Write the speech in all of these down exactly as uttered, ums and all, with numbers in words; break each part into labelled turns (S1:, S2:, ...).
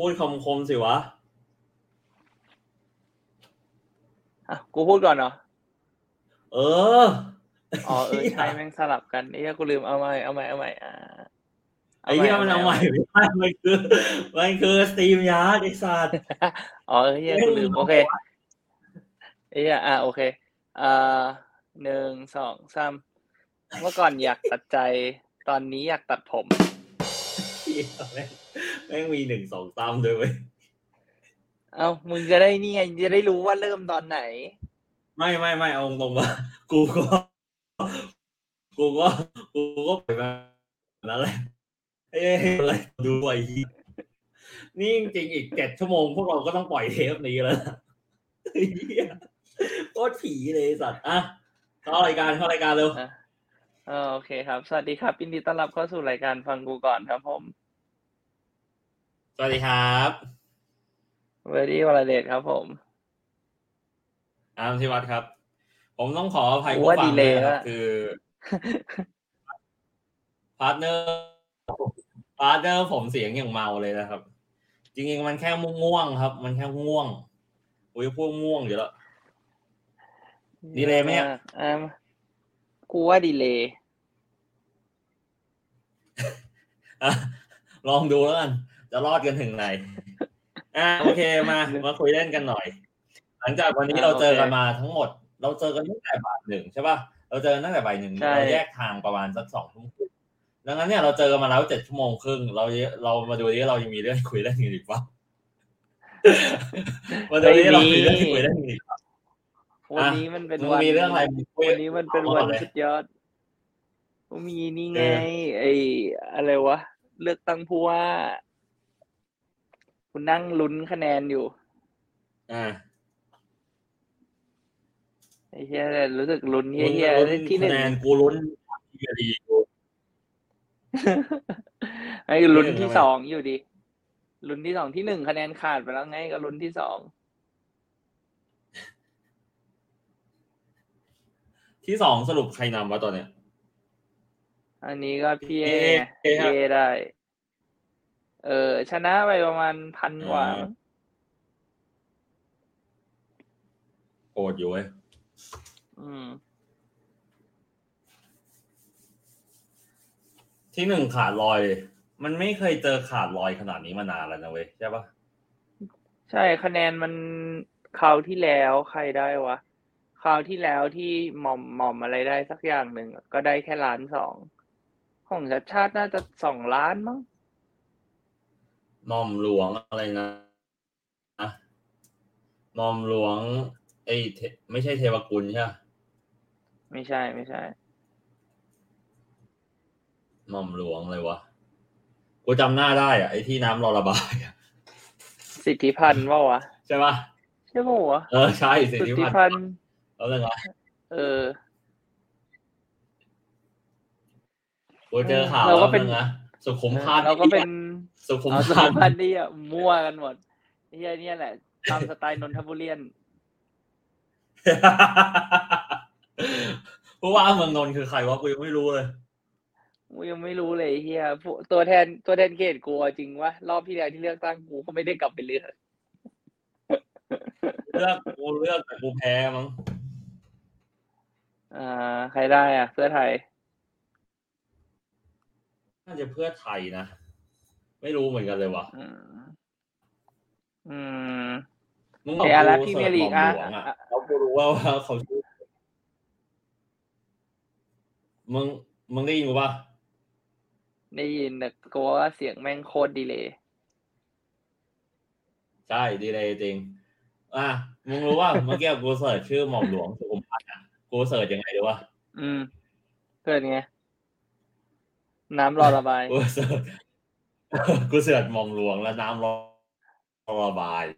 S1: ดคำๆสิวะ
S2: อ่ะกูพูดก่อนเหรอ
S1: เออ
S2: อ๋อเออใช่แม่งสลับกันไอ้เหี้ยกูลืมเอาใหม่เอาใหม่เอาใหม่อ่า
S1: ไอ้เหี้ยมันเอาใหม่ไม่ได้มันคือมันคือสตรีมยาร์ดไอ้สัตว์
S2: อ๋อเออเหี้ยกูลืมโอเคไอ้เหี้ยอ่ะโอเคอ่าหนึ่งสองสามเมื่อก่อนอยากตัดใจตอนนี้อยากตัดผม
S1: เหี้ยแม่งแม่งมีหนึ่งสองสามด้วยเว้ย
S2: เอ้ามึงจะได้นี่ไงจะได้รู้ว่าเริ่มตอนไหน
S1: ไม่ไม่ไม่เอาตรงๆว่ากูก็กูก็กูก็ปล่อยมานั่นแหละเอ้ยอะไรดูไอ้เหี้ยนี่จริงๆอีกเจ็ดชั่วโมงพวกเราก็ต้องปล่อยเทปนี้แล้วนะไอ้เหี้ยโคตรผีเลยไอ้สัตว์อ่ะเข้ารายการเข้ารายการเร็ว
S2: อ่ะอ่าโอเคครับสวัสดีครับยินดีต้อนรับเข้าสู่รายการฟังกูก่อนครับผม
S1: สวัสดีครับ
S2: เวอร์ดี้วรเดชครับผม
S1: อาร์มธิวัฒน์ครับผมต้องขออภัยผู้ฟังด้วยนะครับคือพาร์ทเนอร์พาร์ทเนอร์ผมเสียงอย่างเมาเลยนะครับจริงๆมันแค่ง่วงครับมันแค่ง่วงอุ้ยพวกง่วงอยู่แล้วดีเลยไหมเนี่ย
S2: อ่ากูว่าดีเลย
S1: อ่ะลองดูแล้วกันจะรอดกันถึงไหนอ่ะโอเคมามาคุยเล่นกันหน่อยหลังจากวันนี้เราเจอกันมาทั้งหมดเราเจอกันตั้งแต่บ่ายหนึ่งใช่ป่ะเราเจอตั้งแต่บ่ายหนึ่งเราแยกทางประมาณสักสองทุ่มครึ่งดังนั้นเนี่ยเราเจอกันมาแล้วเจ็ดชั่วโมงครึ่งเราเรามาดูดิเรายังมีเรื่องคุยเล่นกันอีกป่ะมาดูดิเรามีเรื่องคุยเล่นกันอีกป่ะ
S2: วันนี้มันเป็นวัน
S1: มีเรื่องอะไร
S2: วันนี้มันเป็นวันสุดยอดมีนี่ไงไอ้อะไรวะเลือกตั้งผู้ว่าคุณนั่งลุ้นคะแนนอยู่
S1: อ่า
S2: ไอ้เหี้ยรู้สึกลุ้นเหี้ยๆที่หนึ่ง
S1: คะแนนกูลุ้นที่ดีกู
S2: ไอ้ลุ้นที่สองอยู่ดิลุ้นที่สองที่หนึ่งคะแนนขาดไปแล้วไงก็ลุ้นที่สอง
S1: ที่สองสรุปใครนำวะตอนเนี้ย
S2: อันนี้ก็พี่เอเอได้เออชนะไปประมาณพันกว่า
S1: โอดอยู่เว้ย
S2: อืม
S1: ที่หนึ่งขาดลอยมันไม่เคยเจอขาดลอยขนาดนี้มานานแล้วนะเว้ยใช่ปะ
S2: ใช่คะแนนมันคราวที่แล้วใครได้วะคราวที่แล้วที่หม่อมหม่อมอะไรได้สักอย่างหนึ่งก็ได้แค่ล้านสองของชัดชาติน่าจะสองล้านมั้ง
S1: หม่อมหลวงอะไรนะหม่อมหลวงไอ้ไม่ใช่เทวกุลใช่ปะ
S2: ไม่ใช่ไม่ใช่
S1: หม่อมหลวงเลยวะกูจำหน้าได้อะไอ้ที่น้ำรอระบาย
S2: สิทธิพันธ์ว่าวะ
S1: ใช่ปะ
S2: ใช่ป่าววะ
S1: เออใช่สิทธิพันธ์แล้วเลยนะ
S2: เออ
S1: กูเจอข่าวแล้วนึงนะสุขุมพันธ์
S2: เราก็เป็น
S1: สุขุม
S2: พันธ์นี่อ่ะมั่วกันหมดไอ้เหี้ยเนี่ยแหละตามสไตล์นนทบุรี
S1: เพราะว่าเมืองนนท์คือใครวะกูยังไม่รู้เลย
S2: กูยังไม่รู้เลยเฮียตัวแทนตัวแทนเขตกูจริงวะรอบที่แล้วที่เลือกตั้งกูก็ไม่ได้กลับไปเลือก
S1: เลือกกูเลือกแต่กูแพ้มั้ง
S2: อ่าใครได้อ่ะเพื่อไทย
S1: น่าจะเพื่อไทยนะไม่รู้เหมือนกันเลยวะ
S2: อืมอืม
S1: มึงบอกกูเสิร์ชหม่อมหลวงอ่ะแล้วกูรู้ว่าเขาชื่อมึงมึงได้ยินกูป่ะ
S2: ได้ยินแต่กูว่าเสียงแม่งโคตรดีเลย
S1: ใช่ดีเลยจริงอ่ะมึงรู้ว่าเมื่อกี้กูเสิร์ชชื่อหม่อมหลวงสุขุมพันธ์อ่ะกูเสิร์ชยังไงดูวะ
S2: อืมเกิดไงน้ำรอระบาย
S1: กูเสิร์ชกูเสิร์ชหม่อมหลวงแล้วน้ำรอระบาย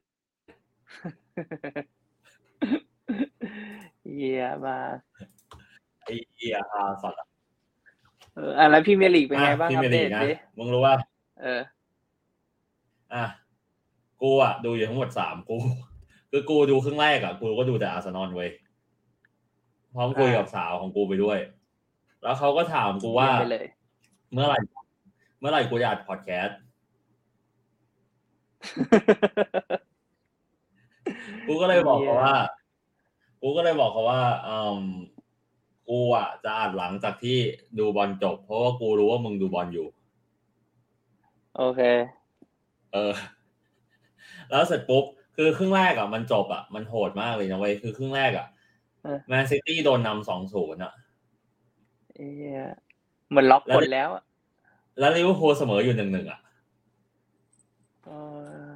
S2: เยี่ยมา
S1: ไอ้เหี้ยอาสัตว์
S2: เอออ่ะแล้วพี่เมลีกเป็นไงบ้างอัปเดตดิ
S1: มึงรู้ว่า
S2: เออ
S1: อ่ะกูอ่ะดูอยู่ทั้งหมดสามกูคือกูดูครึ่งแรกอ่ะกูก็ดูแต่อาร์เซนอลเว้ยพร้อมคุยกับสาวของกูไปด้วยแล้วเขาก็ถามกูว่าเมื่อไหร่เมื่อไหร่กูจะอัดพอดแคสต์กูก็เลยบอกเขาว่ากูก็เลยบอกเขาว่าอืมกูอ่ะจะอ่านหลังจากที่ดูบอลจบเพราะว่ากูรู้ว่ามึงดูบอลอยู่
S2: โอเค
S1: เออแล้วเสร็จปุ๊บคือครึ่งแรกอ่ะมันจบอ่ะมันโหดมากเลยนะเว้ยคือครึ่งแรกอ่ะแมนซิตี้โดนนำ สองศูนย์ อ่ะ
S2: เอ๊ะเหมือนล็อกผลแล้ว
S1: แล้วลิเวอร์พูลเสมออยู่ หนึ่งหนึ่ง อ่ะ
S2: เออ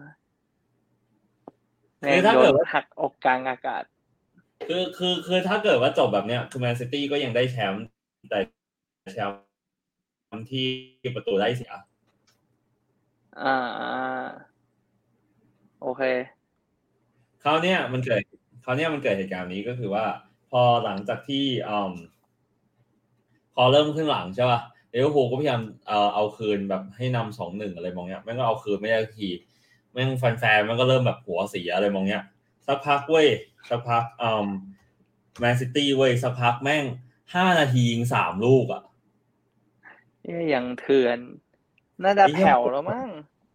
S2: คือถ้าเกิดว่าหักอกกลางอากาศ
S1: คือคือคือถ้าเกิดว่าจบแบบเนี้ยคือแมนซิตี้ก็ยังได้แชมป์แต่แชมป์ที่ประตูได้เสีย
S2: อ่าโอเค
S1: คราวเนี้ยมันเกิดคราวเนี้ยมันเกิดเหตุการณ์นี้ก็คือว่าพอหลังจากที่อืมพอเริ่มขึ้นหลังใช่ป่ะลิเวอร์พูลก็พยายามเอ่อเอาคืนแบบให้นำ สองหนึ่ง อะไรมองเงี้ยแม่งก็เอาคืนไม่ได้ทีแม่งแฟนๆมันก็เริ่มแบบหัวเสียอะไรมองเงี้ยสักพักเว้ยสักพักอืมแมนซิตี้เว้ยสักพักแม่งห้านาทียิงสามลูกอ่ะ
S2: เอ๊ะยังเถื่อนน่าจะแผ่วแล้วมั้ง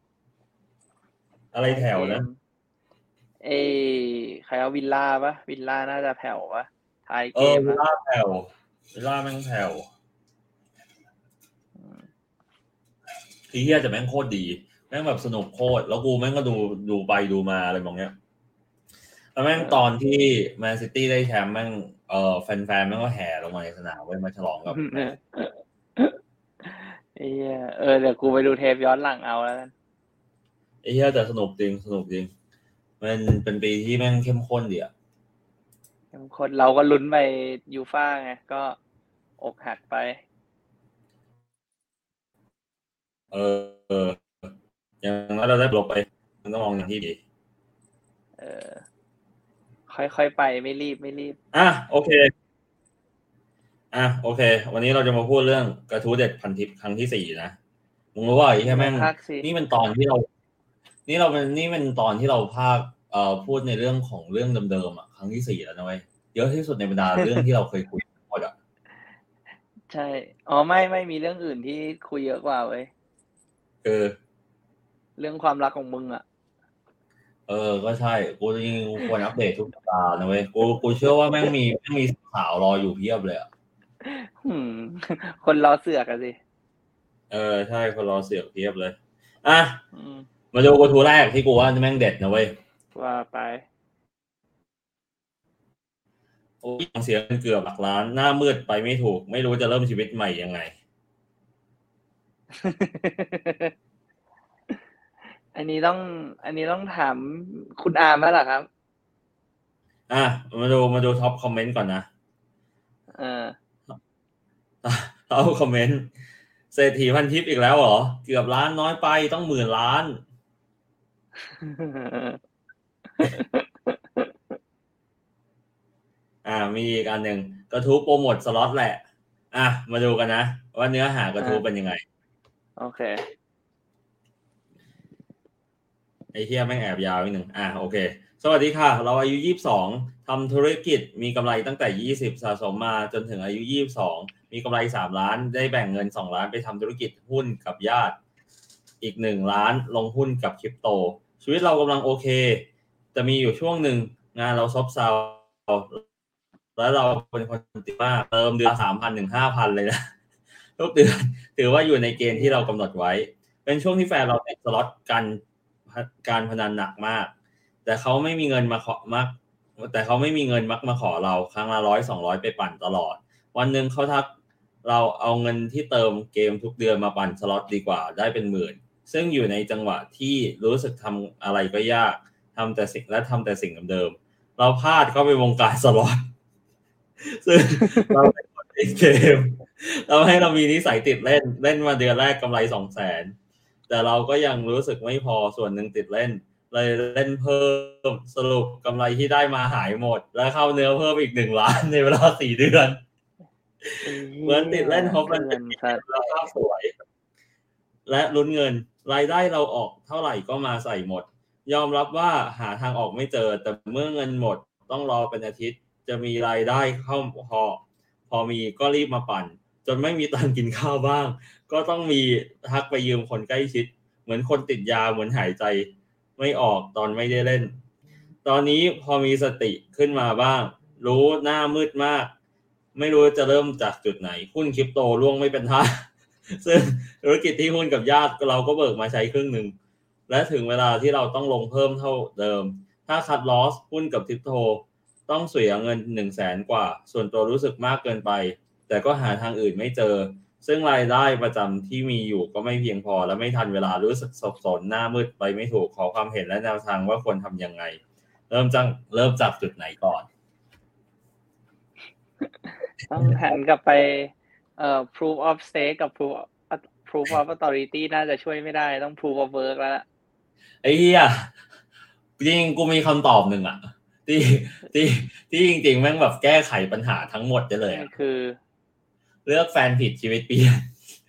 S1: อะไรแถวนะ
S2: เอ้ใครเอาวิลล่าปะวิลล่าน่าจะแผ่วปะท้ายเกม
S1: เออวิลล่าแผ่ววิลล่าแม่งแผ่วทีเหี้ยจะแม่งโคตรดีแม่งแบบสนุกโคตรแล้วกูแม่งก็ดูดูไปดูมาอะไรมองเงี้ยแล้วแม่งตอนที่แมนซิตี้ได้แชมป์แม่งเออแฟนๆแม่งก็แห่ลงมาในสนามไว้มาฉลองกับ
S2: ไอ้เหี้ยเออเดี๋ยวกูไปดูเทปย้อนหลังเอาแล้วกัน
S1: ไอ้เหี้ยแต่สนุกจริงสนุกจริงมันเป็นปีที่แม่งเข้มข้นดีอ่ะ
S2: เข้มข้นเราก็ลุ้นไปยูฟ่าไงก็อกหักไป
S1: เออเอออย่างนั้นเราได้ลบไปมันต้องมองอย่างที่ดี
S2: เออค่อยๆไปไม่รีบไม่รีบ
S1: อ่ะโอเคอ่ะโอเควันนี้เราจะมาพูดเรื่องกระทู้เด็ดพันทิปครั้งที่สี่นะมึงรู้ว่าไอ้แค่แม่งนี่เป็นตอนที่เรานี่เราเป็นนี่เป็นตอนที่เราภาคเอ่อพูดในเรื่องของเรื่องเดิมๆอ่ะครั้งที่สี่แล้วนะเว้ยเยอะที่สุดในบรรดาเรื่องที่เราเคยคุยหมดอ่ะ
S2: ใช่อ๋อไม่ไม่มีเรื่องอื่นที่คุยเยอะกว่าเว้ย
S1: คือ
S2: เรื่องความรักของมึงอ่ะ
S1: เออก็ใช่กูจริงๆควรอัปเดตทุกสัปดาห์นะเว้ยกูกูเชื่อว่าแม่งมีแม่งมีข่าวรออยู่เพียบเลยอ่ะ
S2: คนรอเสือกอะสิ
S1: เออใช่คนรอเสือกเพียบเลยอ่ะมาดูกระทู้แรกที่กูว่าแม่งเด็ดนะเว้ย
S2: ว่าไป
S1: โอ้ยเสียเงินเกือบหลักล้านหน้ามืดไปไม่ถูกไม่รู้จะเริ่มชีวิตใหม่ยังไง
S2: อันนี้ต้องอันนี้ต้องถามคุณอาร์มแล้วล่ะครับ
S1: อ่ะมาดูมาดูท็อปคอมเมนต์ก่อนนะ
S2: เออ
S1: เอาคอมเมนต์เศรษฐีพันทิปอีกแล้วเหรอเกือบล้านน้อยไปต้องหมื่นล้านอ่ามีอีกอันหนึ่งกระทู้โปรโมทสล็อตแหละอ่ะมาดูกันนะว่าเนื้อหากระทู้เป็นยังไง
S2: โอเค
S1: ไอ้เหี้ยแม่งแอบยาวนิดนึงอ่ะโอเคสวัสดีค่ะเราอายุยี่สิบสองทำธุรกิจมีกำไรตั้งแต่ยี่สิบสะสมมาจนถึงอายุยี่สิบสองมีกำไรสามล้านได้แบ่งเงินสองล้านไปทำธุรกิจหุ้นกับญาติอีกหนึ่งล้านลงหุ้นกับคริปโตชีวิตเรากำลังโอเคแต่มีอยู่ช่วงหนึ่งงานเราซบเซาแล้วเราเป็นคนติดมากเติมเดือน สามพัน ถึง ห้าพัน เลยนะทุกเดือนถือว่าอยู่ในเกณฑ์ที่เรากำหนดไว้เป็นช่วงที่แฟนเราติดสล็อตกันการพนันหนักมากแต่เขาไม่มีเงินมาขอมักแต่เขาไม่มีเงินมักมาขอเราครั้งละร้อยสองร้อยไปปั่นตลอดวันหนึ่งเขาทักเราเอาเงินที่เติมเกมทุกเดือนมาปั่นสล็อตดีกว่าได้เป็นหมื่นซึ่งอยู่ในจังหวะที่รู้สึกทำอะไรก็ยากทำแต่สิ่งและทำแต่สิ่งเดิมๆเราพลาดเข้าไปวงการสล็อตซึ่งเราเป็นคนติดเกมเราให้เรามีนิสัยติดเล่นเล่นมาเดือนแรกกำไรสองแสนแต่เราก็ยังรู้สึกไม่พอส่วนหนึ่งติดเล่นเลยเล่นเพิ่มสรุปกำไรที่ได้มาหายหมดแล้วเข้าเนื้อเพิ่มอีกหนึ่งล้านในเวลาสี่เดือนเหมือนติดเล่นฮอปมันเป็นแล้วภาพสวยและลุ้นเงินรายได้เราออกเท่าไหร่ก็มาใส่หมดยอมรับว่าหาทางออกไม่เจอแต่เมื่อเงินหมดต้องรอเป็นอาทิตย์จะมีรายได้เข้าพอพอมีก็รีบมาปั่นจนไม่มีตังค์กินข้าวบ้างก็ต้องมีทักไปยืมคนใกล้ชิดเหมือนคนติดยาเหมือนหายใจไม่ออกตอนไม่ได้เล่นตอนนี้พอมีสติขึ้นมาบ้างรู้หน้ามืดมากไม่รู้จะเริ่มจากจุดไหนหุ้นคริปโตร่วงไม่เป็นท่าซึ่งธุรกิจที่หุ้นกับญาติเราก็เบิกมาใช้ครึ่งนึงและถึงเวลาที่เราต้องลงเพิ่มเท่าเดิมถ้าคัดลอสหุ้นกับคริปโตต้องเสียเงิน หนึ่งแสน กว่าส่วนตัวรู้สึกมากเกินไปแต่ก็หาทางอื่นไม่เจอซึ่งรายได้ประจำที่มีอยู่ก็ไม่เพียงพอและไม่ทันเวลารู้สึกสับสนหน้ามืดไปไม่ถูกขอความเห็นและแนวทางว่าควรทำยังไงเริ่มจากเริ่มจากจุดไหนก่อน
S2: ต้องหันกลับไปเอ่อ proof of stake กับ proof proof of authority น่าจะช่วยไม่ได้ต้อง proof of work แล้ว
S1: ไอ้เหี้ยจริงกูมีคำตอบหนึ่งอ่ะที่ที่ที่จริงๆแม่งแบบแก้ไขปัญหาทั้งหมดได้เลย
S2: คือ
S1: เลือกแฟนผิดชีวิตเปลี่ยน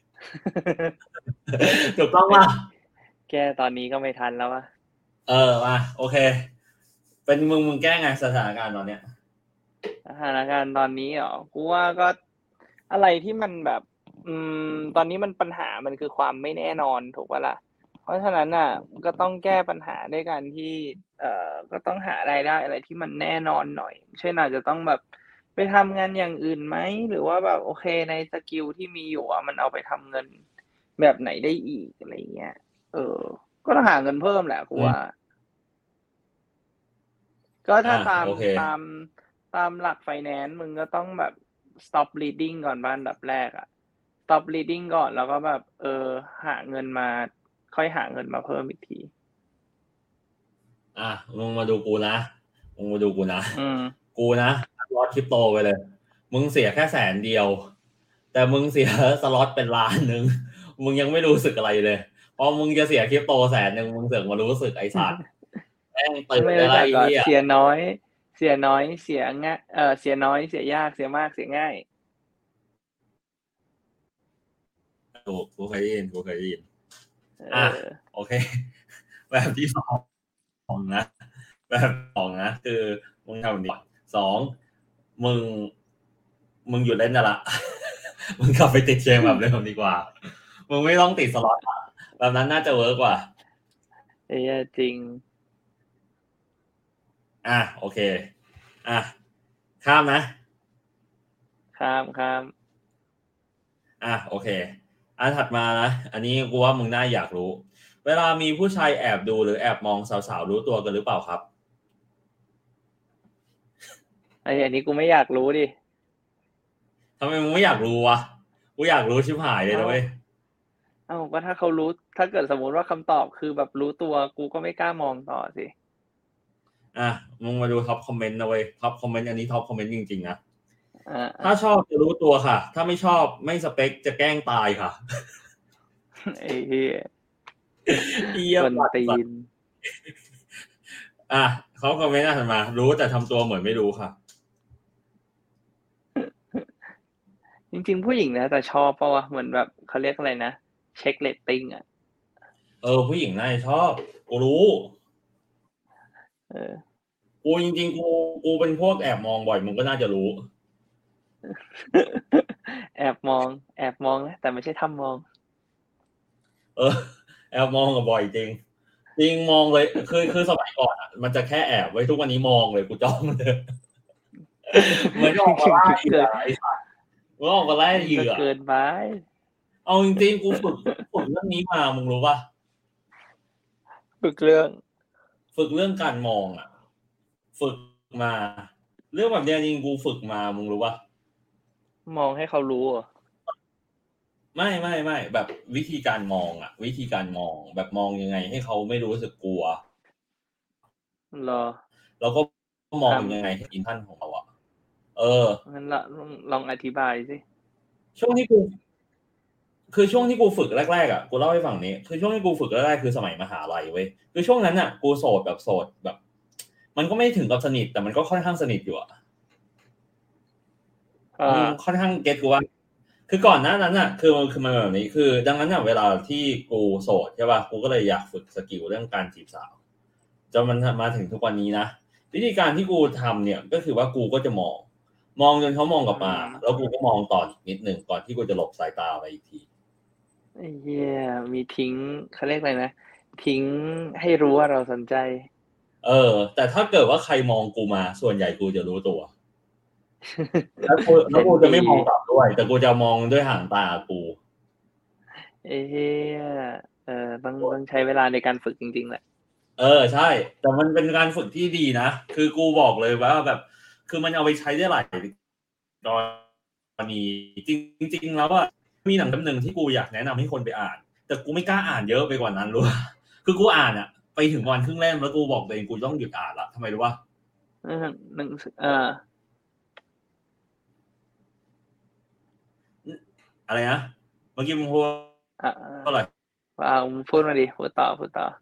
S1: ถูกต้องป่ะ
S2: แก้ตอนนี้ก็ไม่ทันแล้วว่ะ
S1: เออมาโอเคเป็นมึงมึงแก้ไงสถานการณ์ตอนเนี้ย
S2: สถานการณ์ตอนนี้เหรอกูว่าก็อะไรที่มันแบบอืมตอนนี้มันปัญหามันคือความไม่แน่นอนถูกป่ะล่ะเพราะฉะนั้นน่ะก็ต้องแก้ปัญหาด้วยการที่เอ่อก็ต้องหารายได้อะไรที่มันแน่นอนหน่อยเช่นอาจจะต้องแบบไปทำงานอย่างอื่นไหมหรือว่าแบบโอเคในสกิลที่มีอยู่อ่ะมันเอาไปทำเงินแบบไหนได้อีกอะไรเงี้ยเออก็ต้องหาเงินเพิ่มแหละกูว่าก็ถ้าตามตามตามหลักไฟแนนซ์มึงก็ต้องแบบ stop bleeding ก่อนบ้านดับแรกอะ stop bleeding ก่อนแล้วก็แบบเออหาเงินมาค่อยหาเงินมาเพิ่มอีกที
S1: อ่ะมึงมาดูกูนะมึงมาดูกูนะ
S2: อืม
S1: กูนะสล็อตคริปโตไปเลยมึงเสียแค่แสนเดียวแต่มึงเสียสล็อตเป็นล้านนึงมึงยังไม่รู้สึกอะไรเลยพอมึงจะเสียคริปโตแสนนึงมึงเสือกมารู้สึกไอ้สัตว์แม่งตื่นอะไรเหี้ย
S2: เสียน้อยเสียน้อยเสียง่ายเออเสียน้อยเสียยากเสียมากเสียง่าย
S1: ถูกกูเคยได้ยินกูเคยได้ยินอ่ะโอเคแบบที่สองนะแบบสองนะคือมึงทำนี้สองมึงมึงหยุดเล่นน่ะละมึงกลับไปติดเกมแบบเดิมดีกว่ามึงไม่ต้องติดสล็อตแบบนั้นน่าจะเวิร์กกว่า
S2: เอ้ยจริง
S1: อ่ะโอเคอ่ะข้ามนะ
S2: ข้ามข้าม
S1: อ่ะโอเคอันถัดมานะอันนี้กูว่ามึงน่าอยากรู้เวลามีผู้ชายแอบดูหรือแอบมองสาวๆรู้ตัวกันหรือเปล่าครับ
S2: ไอ้อันนี้กูไม่อยากรู้ดิ
S1: ทำไมมึงไม่อยากรู้วะกูอยากรู้ชิบหายเลยนะเว้ย
S2: เอ้าก็ถ้าเขารู้ถ้าเกิดสมมติว่าคำตอบคือแบบรู้ตัวกูก็ไม่กล้ามองต่อสิ
S1: อ่ะมึงมาดูท็อปคอมเมนต์นะเว้ยท็อปคอมเมนต์อันนี้ท็อปคอมเมนต์จริงๆนะถ้าชอบจะรู้ตัวค่ะถ้าไม่ชอบไม่สเปคจะแกล้งตายค่ะ
S2: ไอ้เหี้ย
S1: เหี้ยคนตีนอ่ะเขาคอมเมนต์อ่ะมารู้แต่ทำตัวเหมือนไม่รู้ค่ะ
S2: จริงๆผู้หญิงนะแต่ชอบเพราะว่าเหมือนแบบเขาเรียกอะไรนะเช็คเรตติ้งอ่ะ
S1: เออผู้หญิงน่าจะชอบกูรู้
S2: เออ
S1: กูจริงๆกูกูเป็นพวกแอบมองบ่อยมึงก็น่าจะรู้
S2: แอบมองแอบมองนะแต่ไม่ใช่ทำมอง
S1: เออแอบมองกับบ่อยจริงจริงมองเลยคือคือสมัยก่อนอ่ะมันจะแค่แอบไว้ทุกวันนี้มองเลยกูจ้องเลยเหมือนออกมาล่าเหยื่อไอ้สัสเหมือนออกมาล่าเหยื่อ
S2: เกินไป
S1: เอาจริงๆกูฝึกฝึกเรื่องนี้มามึงรู้ป่ะ
S2: ฝึกเรื่อง
S1: ฝึกเรื่องการมองอ่ะฝึกมาเรื่องแบบเนี้ยจริงกูฝึกมามึงรู้ป่ะ
S2: มองให้เขารู้อ่ะ
S1: ไม่ไม่ไม่แบบวิธีการมองอ่ะวิธีการมองแบบมองยังไงให้เขาไม่รู้สึกกลัว
S2: รอ
S1: แล้วก็มองยังไงให้อินทันของเราอ่ะเออ
S2: งั้นละลองอธิบายสิ
S1: ช่วงที่กูคือช่วงที่กูฝึกแรกๆอ่ะกูเล่าให้ฟังนี้คือช่วงที่กูฝึกแรกๆคือสมัยมหาลัยเว้ยคือช่วงนั้นอ่ะกูโสดแบบโสดแบบมันก็ไม่ถึงกับสนิทแต่มันก็ค่อนข้างสนิทอยู่อ่ะมึงค่อนข้างเก็ตกูว่าคือก่อนหน้านั้นน่ะคือมันคือมันแบบนี้คือดังนั้นน่ะเวลาที่กูโสดใช่ป่ะกูก็เลยอยากฝึกสกิลเรื่องการจีบสาวจนมันมาถึงทุกวันนี้นะวิธีการที่กูทำเนี่ยก็คือว่ากูก็จะมองมองจนเขามองกลับมาแล้วกูก็มองต่ออีกนิดนึงก่อนที่กูจะหลบสายตาไปอีกที
S2: ไอ้เหี้ยมีทิ้งเขาเรียกอะไรนะทิ้งให้รู้ว่าเราสนใจ
S1: เออแต่ถ้าเกิดว่าใครมองกูมาส่วนใหญ่กูจะรู้ตัวแล้วกูแล้วกูจะไม่มองกลับด้วยแต่กูจะมองด้วยหางตากู
S2: เอ๊ะเออต้องต้องใช้เวลาในการฝึกจริงๆแหละ
S1: เออใช่แต่มันเป็นการฝึกที่ดีนะคือกูบอกเลยว่าแบบคือมันเอาไปใช้ได้หลายตอนนี้จริงๆแล้วว่ามีหนังเล่มนึงที่กูอยากแนะนำให้คนไปอ่านแต่กูไม่กล้าอ่านเยอะไปกว่านั้นรู้คือกูอ่านอ่ะไปถึงวันครึ่งเล่มแล้วกูบอกตัวเองกูต้องหยุดอ่านละทำไมรู้ป่ะ
S2: เออหนึ่งเออ
S1: อะไรนะเมื่อกี้มึงพูด
S2: อ่า
S1: อะไร
S2: ว้าวพูดมาดิพูดต่อพูดต่อ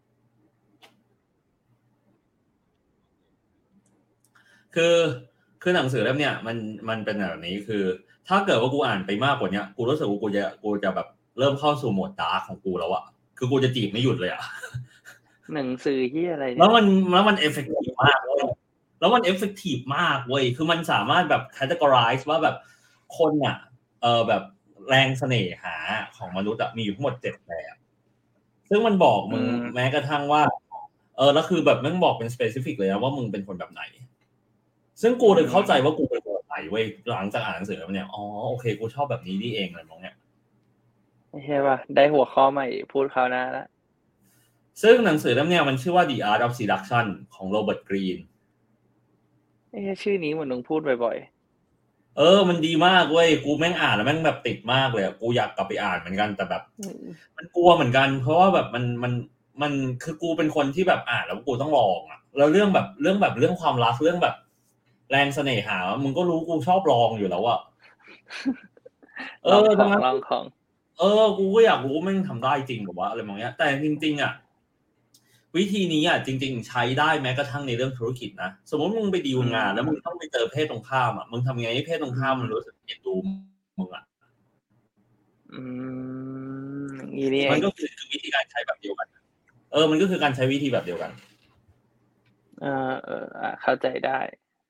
S1: คือคือหนังสือเล่มเนี้ยมันมันเป็นแบบนี้คือถ้าเกิดว่ากูอ่านไปมากกว่านี้กูรู้สึกว่ากูจะกูจะแบบเริ่มเข้าสู่โหมดดาร์กของกูแล้วอะคือกูจะจีบไม่หยุดเลยอะ
S2: หนังสือที่อะไรเนี่ย
S1: แล้วมันแล้วมันเอฟเฟกตีฟมากเลยแล้วมันเอฟเฟกตีฟมากเว้ยคือมันสามารถแบบ categorize ว่าแบบคนอะเออแบบแรงเสน่หาของมนุษย์อะมีอยู่ทั้งหมดเจ็ดแบบซึ่งมันบอกมึงแม้กระทั่งว่าเออแล้วคือแบบมึงบอกเป็น specific เลยนะว่ามึงเป็นคนแบบไหนซึ่งกูเลยเข้าใจว่ากูเป็นคนแบบไหนเว้ยหลังจากอ่านหนังสือแล้วเนี่ยอ๋อโอเคกูชอบแบบนี้นี่เองอะไรมองเนี้ย
S2: ไม่ใช่ป่ะได้หัวข้อใหม่พูดคราวหน้าละ
S1: ซึ่งหนังสือเล่มเนี้ยมันชื่อว่า The Art of Seduction ของโรเบิร์ตกรีน
S2: ไอ้ชื่อนี้เหมือนมึงพูดบ่อย
S1: เออมันดีมากเว้ยกูแม่งอ่านแล้วแม่งแบบติดมากเลยกูอยากกลับไปอ่านเหมือนกันแต่แบบมันกลัวเหมือนกันเพราะว่าแบบมันมันมันคือกูเป็นคนที่แบบอ่านแล้วกูต้องลองอ่ะแล้วเรื่องแบบเรื่องแบบเรื่องความรักเรื่องแบบแรงเสน่หามึงก็รู้กูชอบลองอยู่แล้วอะเออ
S2: ลองของลองของ
S1: เออกูก็อยากรู้แม่งทำได้จริงหรือว่าอะไรบางอย่างแต่จริงๆอ่ะวิธีนี้อ่ะจริงๆใช้ได้แม้กระทั่งในเรื่องธุรกิจนะสมมติมึงไปดีลงานแล้วมึงต้องไปเจอเพศตรงข้ามอ่ะมึงทำไงให้เพศตรงข้ามมันรู้สึกเอ็นดูมึงอ่ะ
S2: อืมอย่างนี้นี่เอ
S1: มัน
S2: ง
S1: ก็คือวิธีการใช้แบบเดียวกันเออมันก็คือการใช้วิธีแบบเดียวกัน
S2: เออเอออ่ะเข้าใจได้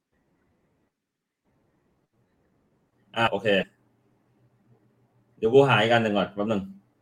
S1: อ่ะโอเคเดี๋ยวกูหาอีกอันหนึ่งก่อนแป๊บนึง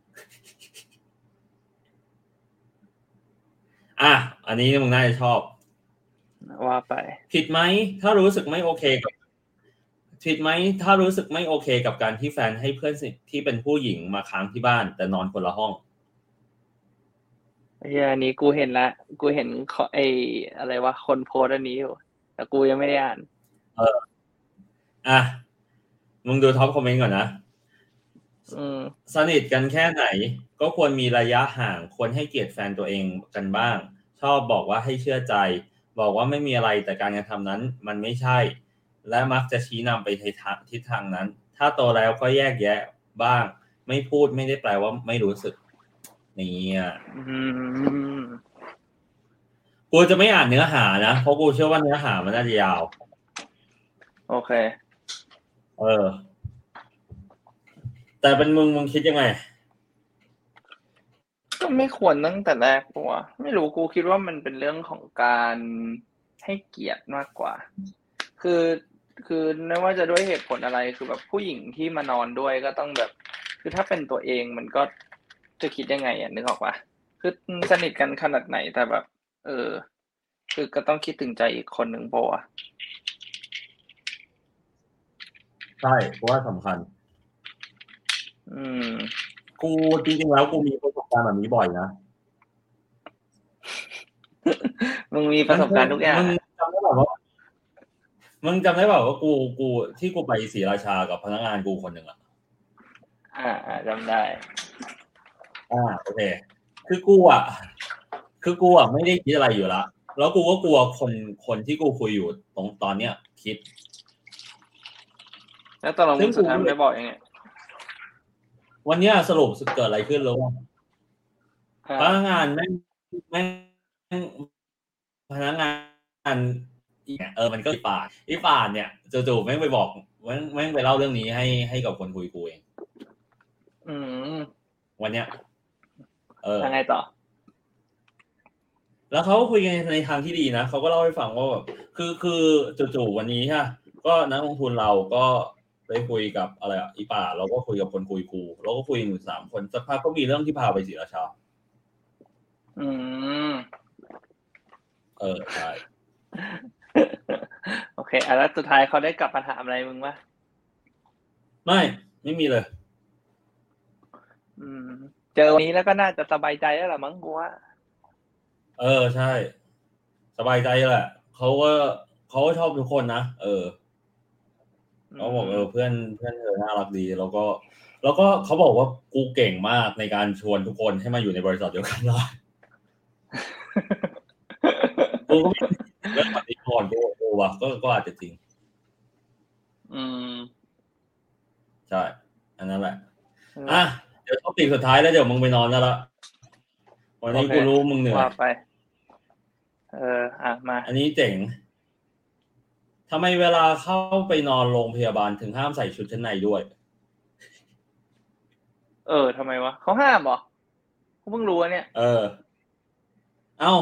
S1: อ่ะอันนี้มึงน่าจะชอบ
S2: ว่าไป
S1: ผิดไหมถ้ารู้สึกไม่โอเคกับผิดไหมถ้ารู้สึกไม่โอเคกับการที่แฟนให้เพื่อนสนิทที่เป็นผู้หญิงมาค้างที่บ้านแต่นอนคนละห้อง
S2: ไอ้อันนี้กูเห็นละกูเห็นไอ้อะไรวะคนโพสอันนี้อยู่แต่กูยังไม่ได้อ่าน
S1: เอออ่ะมึงดูท็อปคอมเมนต์ก่อนนะสนิทกันแค่ไหนก็ควรมีระยะห่างควรให้เกียรติแฟนตัวเองกันบ้างชอบบอกว่าให้เชื่อใจบอกว่าไม่มีอะไรแต่การกระทำนั้นมันไม่ใช่และมักจะชี้นำไปในทิศทางนั้นถ้าโตแล้วก็แยกแยะบ้างไม่พูดไม่ได้แปลว่าไม่รู้สึกนี่อ่ะกูจะไม่อ่านเนื้อหานะเพราะกูเชื่อว่าเนื้อหามันน่าจะยาว
S2: โอเค
S1: เออแต่เป็นมึงมึงคิดยังไง
S2: ก็ไม่ควรตั้งแต่แรกปะวะไม่รู้กูคิดว่ามันเป็นเรื่องของการให้เกียรติมากกว่าคือคือไม่ว่าจะด้วยเหตุผลอะไรคือแบบผู้หญิงที่มานอนด้วยก็ต้องแบบคือถ้าเป็นตัวเองมันก็จะคิดยังไงอ่ะนึกออกปะคือสนิทกันขนาดไหนแต่แบบเออคือก็ต้องคิดถึงใจอีกคนหนึ่งปะวะ
S1: ใช่เพราะว่าสำคัญ
S2: อืม
S1: กูจริงๆแล้วกูมีประสบการณ์แบบนี้บ่อยนะ
S2: มึงมีประสบการณ์ทุกอย่าง
S1: มึงจำได้แบบว่ามึงจำได้แบบว่ากูกูที่กูไปศรีราชากับพนักงานกูคนหนึ่งอ่ะ
S2: อ่าอ่าจำได้
S1: อ่าโอเคคือกูอ่ะคือกูอ่ะไม่ได้คิดอะไรอยู่ละแล้วกูก็กลัวคนคนที่กูคุยอยู่ตรงตอนเนี้ยคิด
S2: แล้วตอนเรามึงสุดท้ายได้บอกยังไง
S1: วันนี้สรุปเกิดอะไรขึ้นรู้ป่ะพนักงานแม่งแม่งพนักงานเออมันก็อีป่านอีป่านเนี่ยจู่ๆแม่งไปบอกแม่งแม่งไปเล่าเรื่องนี้ให้ให้กับคนคุยกูเอง
S2: อืม
S1: วันเนี้ยเออ
S2: ยังไงต่อ
S1: แล้วเขาก็คุยกันในทางที่ดีนะเขาก็เล่าให้ฟังว่าแบบคือคือจู่ๆวันนี้ใช่ก็นักลงทุนเราก็ไปคุยกับอะไรอ่ะอีป่าเราก็คุยกับคนคุยกูเราก็คุยอยู่สามคนสักพักก็มีเรื่องที่พาไปศรีราชา
S2: อืม
S1: เออใช่
S2: โอเคอ่ะแล้วสุดท้ายเขาได้กลับมาถามอะไรมึงวะ
S1: ไม่ไม่มีเลย
S2: อืมเจอวันนี้แล้วก็น่าจะสบายใจแล้วล่ะมั้งกูว่า
S1: เออใช่สบายใจแหละเขาก็เขาก็ชอบทุกคนนะเออเขาบอกเออเพื่อนเพื่อนเธอน่ารักดีแล้วก็แล้วก็เขาบอกว่ากูเก่งมากในการชวนทุกคนให้มาอยู่ในบริษัทเดียวกันได้กูก็ไม่เรื่องแบบนี้ก่อนกูกูว่ะก็ก็อาจจะจริง
S2: อืม
S1: ใช่อันนั้นแหละอ่ะเดี๋ยวท็อปิกสุดท้ายแล้วเดี๋ยวมึงไปนอนแล้วละวันนี้กูรู้มึงเหนื่อย
S2: ว่าไปเอออ่ะมา
S1: อันนี้เจ๋งทำไมเวลาเข้าไปนอนโรงพยาบาลถึงห้ามใส่ชุดชั้นในด้วย
S2: เออทำไมวะเขาห้ามเหรอกูเพิ่งรู้เนี่ย
S1: เออเอ้า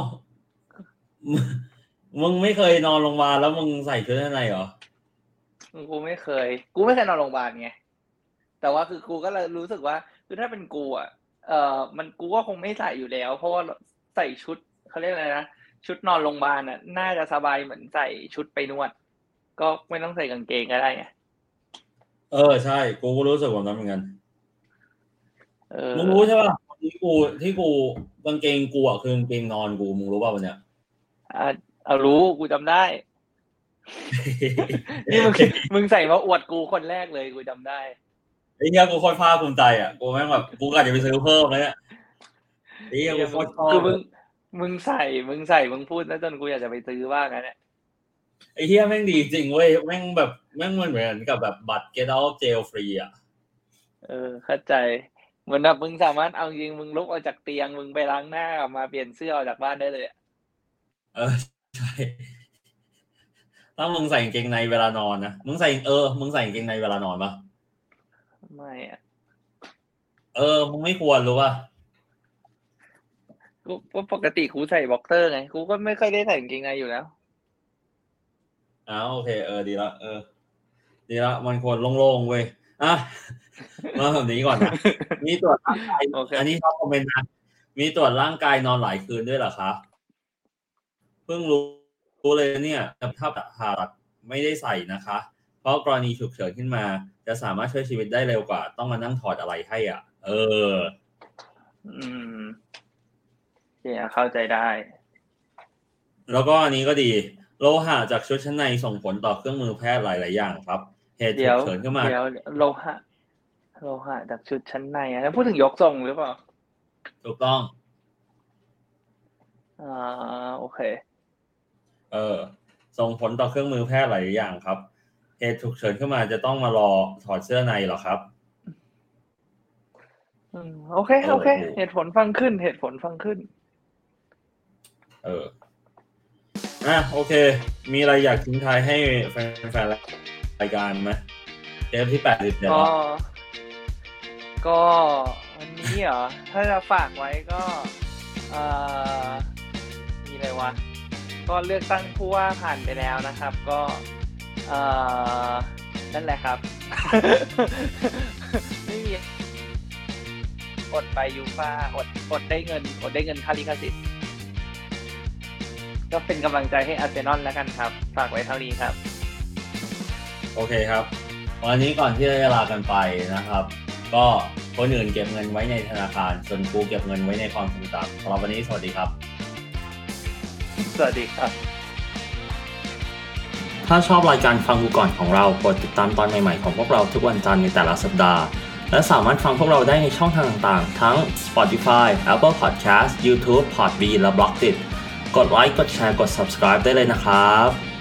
S1: มึงไม่เคยนอนโรงพยาบาลแล้วมึงใส่ชุดชั้นในเหรอ
S2: กูไม่เคยกูไม่เคยนอนโรงพยาบาลไงแต่ว่าคือกูก็เลยรู้สึกว่าคือถ้าเป็นกูอ่ะเออมันกูก็คงไม่ใส่อยู่แล้วเพราะว่าใส่ชุดเขาเรียกอะไรนะชุดนอนโรงพยาบาลน่ะน่าจะสบายเหมือนใส่ชุดไปนวดก็ไม่ต้องใส่กางเกงก็ได้ไง
S1: เออใช่กูก็รู้สึกแบบนั้นเหมือนกัน
S2: เออ
S1: มึงรู้ใช่ป่ะที่กูที่กูกางเกงกูอ่ะคือกางเกงนอนกูมึงรู้ป่ะวันเนี้ย
S2: อ่ะเอารู้กูจำได้นี่มึงมึงใส่มาอวดกูคนแรกเลยกูจำได้
S1: ไอ้เหี้ยกูโคตรภาคภูมิใจอ่ะกูแม่งแบบกูกะจะไปซื้อเพิ่มแล้วเนี่ยไอ้เหี้ยกูโคตรชอบ
S2: คือมึงมึงใส่มึงใส่มึงพูดแล้วจนกูอยากจะไปซื้อบ้างนะเนี่ย
S1: ไอ้เหี้ยแม่งดีจริงเว้ยแม่งแบบแม่งมันเหมือนกับแบบบัตร get out jail free อ่ะ
S2: เออเข้าใจเหมือนแบบมึงสามารถเอาจริงมึงลุกออกจากเตียงมึงไปล้างหน้ากลับมาเปลี่ยนเสื้อออกจากบ้านได้เลย
S1: เออใช่ถ้ามึงใส่กางเกงในเวลานอนนะมึงใส่เออมึงใส่กางเกงในเวลานอนปะ
S2: ไม่อ่ะ
S1: เออมึงไม่ควรรู้ป่ะ
S2: กูก็ปกติกูใส่บ็อกเซอร์ไงกูก็ไม่ค่อยได้ใส่กางเกงในอยู่แล้ว
S1: อ้าวโอเคเออดีละเออดีละมันควรโล่งๆเว้ยอ่ะมาแบบนี้ก่อนนะมีตรวจร่างกาย อันนี้เขาคอมเมนต์นะมีตรวจร่างกายนอนหลายคืนด้วยเหรอครับเพิ่งรู้รู้เลยเนี่ยถ้าผ่าตัดไม่ได้ใส่นะคะเพราะกรณีฉุกเฉินขึ้นมาจะสามารถช่วยชีวิตได้เร็วกว่าต้องมานั่งถอดอะไรให้อ่ะเออ
S2: อืมเนี่ยเข้าใจได้
S1: แล้วก็อันนี้ก็ดีโลหะจากชุดชั้นในส่งผลต่อเครื่องมือแพทย์หลายๆอย่างครับเหตุฉุกเฉินขึ้นมา
S2: เดี๋ยวโลหะโลหะจากชุดชั้นในอ่ะพูดถึงยกทรงหรือเปล่า
S1: ถูกต้อง
S2: อ่าโอเค
S1: เออส่งผลต่อเครื่องมือแพทย์หลายอย่างครับเหตุฉุกเฉินขึ้นมาจะต้องมารอถอดเสื้อในเหรอครับ
S2: อืมโอเคโอเคเหตุผลฟังขึ้นเหตุผลฟังขึ้น
S1: เอออ่ะโอเคมีอะไรอยากทิ้งท้ายให้แฟนๆรายการไหมเทปที่แปดสิบเนี่ยก็
S2: ก็วันนี้เหรอถ้าจะฝากไว้ก็เอ่อมีอะไรวะก็เลือกตั้งผู้ว่าผ่านไปแล้วนะครับก็เอ่อนั่นแหละครับไม่มีอดไปยูฟ่าอดอดได้เงินอดได้เงินค่าลิขสิทธิ์ก็เป็นกำลังใจให้อาร์เซนอลแล้วกันครับฝากไว้เท่านี้ครับ
S1: โอเคครับวันนี้ก่อนที่จะลากันไปนะครับก็คนอื่นเก็บเงินไว้ในธนาคารส่วนกูเก็บเงินไว้ในความทรงจำสำหรับวันนี้สวัสดีครับ
S2: สวัสดีครับ
S1: ถ้าชอบรายการฟังกูก่อนของเรากดติดตามตอนใหม่ๆของพวกเราทุกวันจันทร์ในแต่ละสัปดาห์และสามารถฟังพวกเราได้ในช่องทางต่างๆทั้ง Spotify, Apple Podcast, YouTube, Podbean และ Blogdit กดไลค์กดแชร์กด Subscribe ได้เลยนะครับ